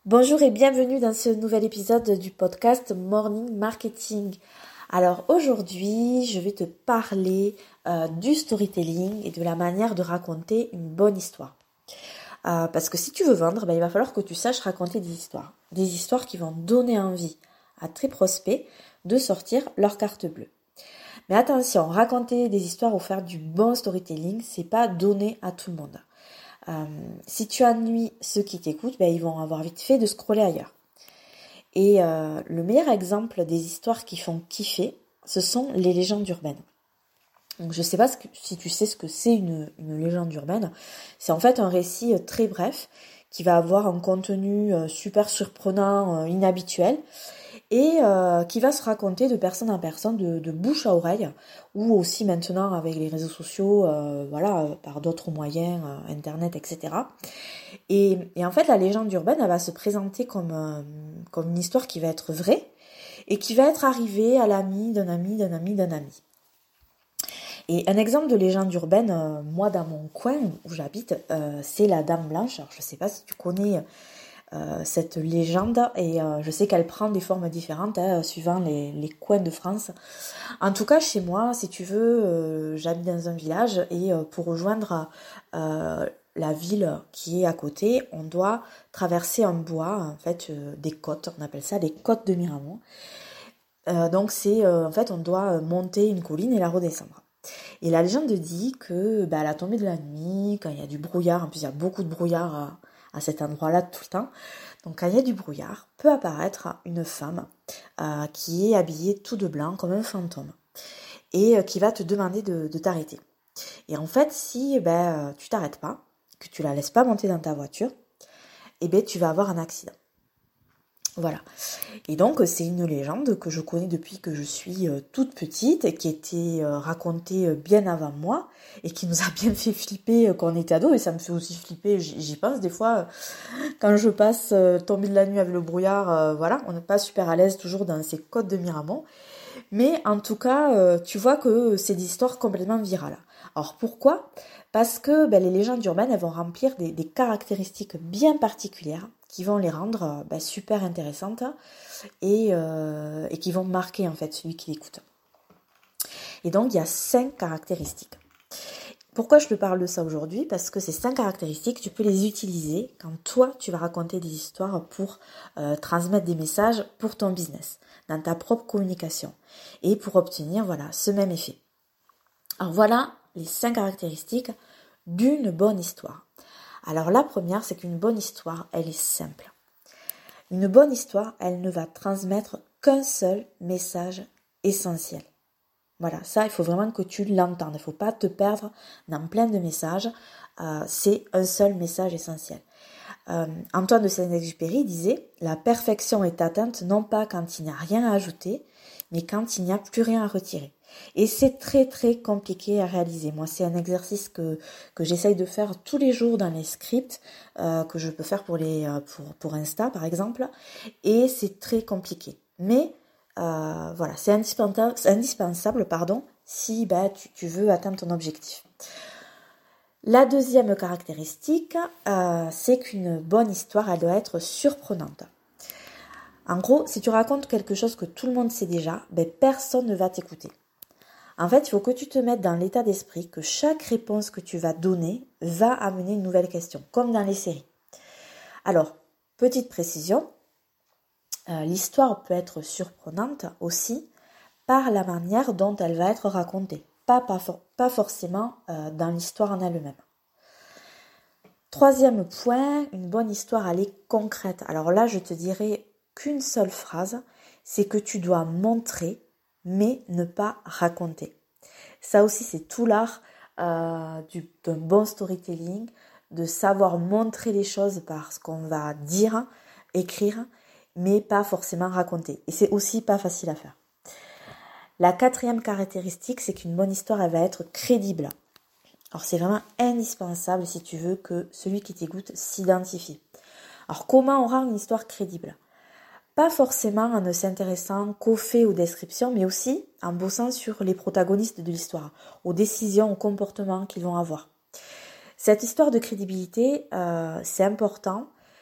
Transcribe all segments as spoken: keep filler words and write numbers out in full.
Bonjour et bienvenue dans ce nouvel épisode du podcast Morning Marketing. Alors aujourd'hui, je vais te parler euh, du storytelling et de la manière de raconter une bonne histoire. Euh, parce que si tu veux vendre, ben, il va falloir que tu saches raconter des histoires. Des histoires qui vont donner envie à tes prospects de sortir leur carte bleue. Mais attention, raconter des histoires ou faire du bon storytelling, c'est pas donné à tout le monde. Euh, si tu ennuies ceux qui t'écoutent, ben, ils vont avoir vite fait de scroller ailleurs. Et euh, le meilleur exemple des histoires qui font kiffer, ce sont les légendes urbaines. Donc, je ne sais pas ce que, si tu sais ce que c'est une, une légende urbaine. C'est en fait un récit très bref qui va avoir un contenu super surprenant, inhabituel, et euh, qui va se raconter de personne en personne, de, de bouche à oreille, ou aussi maintenant avec les réseaux sociaux, euh, voilà, par d'autres moyens, euh, internet, et cetera. Et, et en fait, la légende urbaine, elle va se présenter comme, euh, comme une histoire qui va être vraie, et qui va être arrivée à l'ami d'un ami, d'un ami, d'un ami. Et un exemple de légende urbaine, euh, moi dans mon coin où j'habite, euh, c'est la Dame Blanche. Alors je sais pas si tu connais euh, cette légende, et euh, je sais qu'elle prend des formes différentes hein, suivant les, les coins de France. En tout cas, chez moi, si tu veux, euh, j'habite dans un village et euh, pour rejoindre euh, la ville qui est à côté, on doit traverser un bois, en fait, euh, des côtes. On appelle ça les côtes de Miramont. Euh, donc c'est, euh, en fait, on doit monter une colline et la redescendre. Et la légende dit que bah, à la tombée de la nuit, quand il y a du brouillard, en plus il y a beaucoup de brouillard à, à cet endroit-là tout le temps, donc quand il y a du brouillard, peut apparaître une femme euh, qui est habillée tout de blanc comme un fantôme et euh, qui va te demander de, de t'arrêter. Et en fait, si ben, tu t'arrêtes pas, que tu la laisses pas monter dans ta voiture, eh ben, tu vas avoir un accident. Voilà. Et donc, c'est une légende que je connais depuis que je suis toute petite et qui était racontée bien avant moi et qui nous a bien fait flipper quand on était ado, et ça me fait aussi flipper, j'y pense des fois, quand je passe tomber de la nuit avec le brouillard, voilà, on n'est pas super à l'aise toujours dans ces côtes de Miramont. Mais en tout cas, tu vois que c'est des histoires complètement virales. Alors pourquoi ? Parce que ben, les légendes urbaines, elles vont remplir des, des caractéristiques bien particulières qui vont les rendre ben, super intéressantes et, euh, et qui vont marquer en fait celui qui l'écoute. Et donc il y a cinq caractéristiques. Pourquoi je te parle de ça aujourd'hui ? Parce que ces cinq caractéristiques, tu peux les utiliser quand toi tu vas raconter des histoires pour euh, transmettre des messages pour ton business, dans ta propre communication, et pour obtenir voilà ce même effet. Alors voilà les cinq caractéristiques d'une bonne histoire. Alors la première, c'est qu'une bonne histoire, elle est simple. Une bonne histoire, elle ne va transmettre qu'un seul message essentiel. Voilà, ça, il faut vraiment que tu l'entendes. Il ne faut pas te perdre dans plein de messages. Euh, c'est un seul message essentiel. Euh, Antoine de Saint-Exupéry disait « La perfection est atteinte non pas quand il n'y a rien à ajouter, mais quand il n'y a plus rien à retirer. » Et c'est très très compliqué à réaliser. Moi, c'est un exercice que que j'essaye de faire tous les jours dans les scripts euh, que je peux faire pour les pour pour Insta par exemple. Et c'est très compliqué. Mais euh, voilà, c'est indispensable, c'est indispensable pardon, si bah tu, tu veux atteindre ton objectif. La deuxième caractéristique, euh, c'est qu'une bonne histoire, elle doit être surprenante. En gros, si tu racontes quelque chose que tout le monde sait déjà, ben personne ne va t'écouter. En fait, il faut que tu te mettes dans l'état d'esprit que chaque réponse que tu vas donner va amener une nouvelle question, comme dans les séries. Alors, petite précision, euh, l'histoire peut être surprenante aussi par la manière dont elle va être racontée, pas, pas, for- pas forcément euh, dans l'histoire en elle-même. Troisième point, une bonne histoire, elle est concrète. Alors là, je te dirais qu'une seule phrase, c'est que tu dois montrer, mais ne pas raconter. Ça aussi, c'est tout l'art euh, du, d'un bon storytelling, de savoir montrer les choses par ce qu'on va dire, écrire, mais pas forcément raconter. Et c'est aussi pas facile à faire. La quatrième caractéristique, c'est qu'une bonne histoire, elle va être crédible. Alors c'est vraiment indispensable si tu veux que celui qui t'écoute s'identifie. Alors comment on rend une histoire crédible ? Pas forcément en ne s'intéressant qu'aux faits, aux descriptions, mais aussi en bossant sur les protagonistes de l'histoire, aux décisions, aux comportements qu'ils vont avoir. Cette histoire de crédibilité, euh, c'est important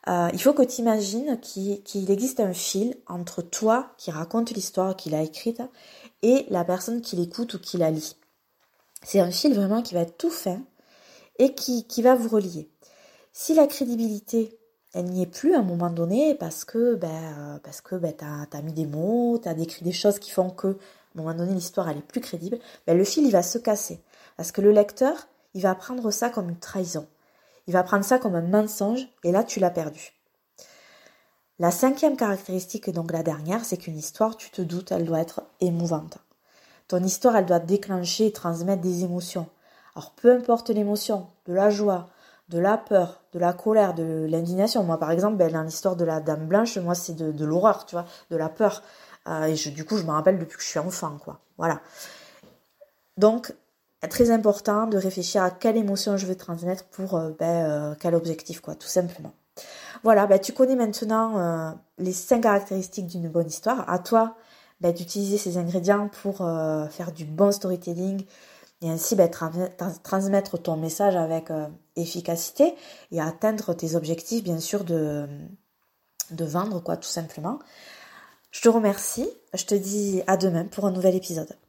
euh, il faut que tu imagines qu'il, qu'il existe un fil entre toi qui raconte l'histoire qu'il a écrite et la personne qui l'écoute ou qui la lit. C'est un fil vraiment qui va être tout fin et qui, qui va vous relier. Si la crédibilité, elle n'y est plus à un moment donné parce que ben, parce que ben, t'as, t'as mis des mots, t'as décrit des choses qui font que, à un moment donné, l'histoire elle est plus crédible, ben, le fil il va se casser. Parce que le lecteur, il va prendre ça comme une trahison. Il va prendre ça comme un mensonge et là tu l'as perdu. La cinquième caractéristique, et donc la dernière, c'est qu'une histoire, tu te doutes, elle doit être émouvante. Ton histoire, elle doit déclencher et transmettre des émotions. Alors peu importe l'émotion, de la joie, de la peur, de la colère, de l'indignation. Moi par exemple, ben, dans l'histoire de la Dame Blanche, moi c'est de, de l'horreur, tu vois, de la peur. Euh, et je, du coup, je me rappelle depuis que je suis enfant, quoi. Voilà. Donc, très important de réfléchir à quelle émotion je veux transmettre pour euh, ben, euh, quel objectif, quoi, tout simplement. Voilà, ben, tu connais maintenant euh, les cinq caractéristiques d'une bonne histoire. À toi ben, d'utiliser ces ingrédients pour euh, faire du bon storytelling et ainsi ben, tra- tra- transmettre ton message avec euh, efficacité et atteindre tes objectifs, bien sûr, de, de vendre, quoi, tout simplement. Je te remercie. Je te dis à demain pour un nouvel épisode.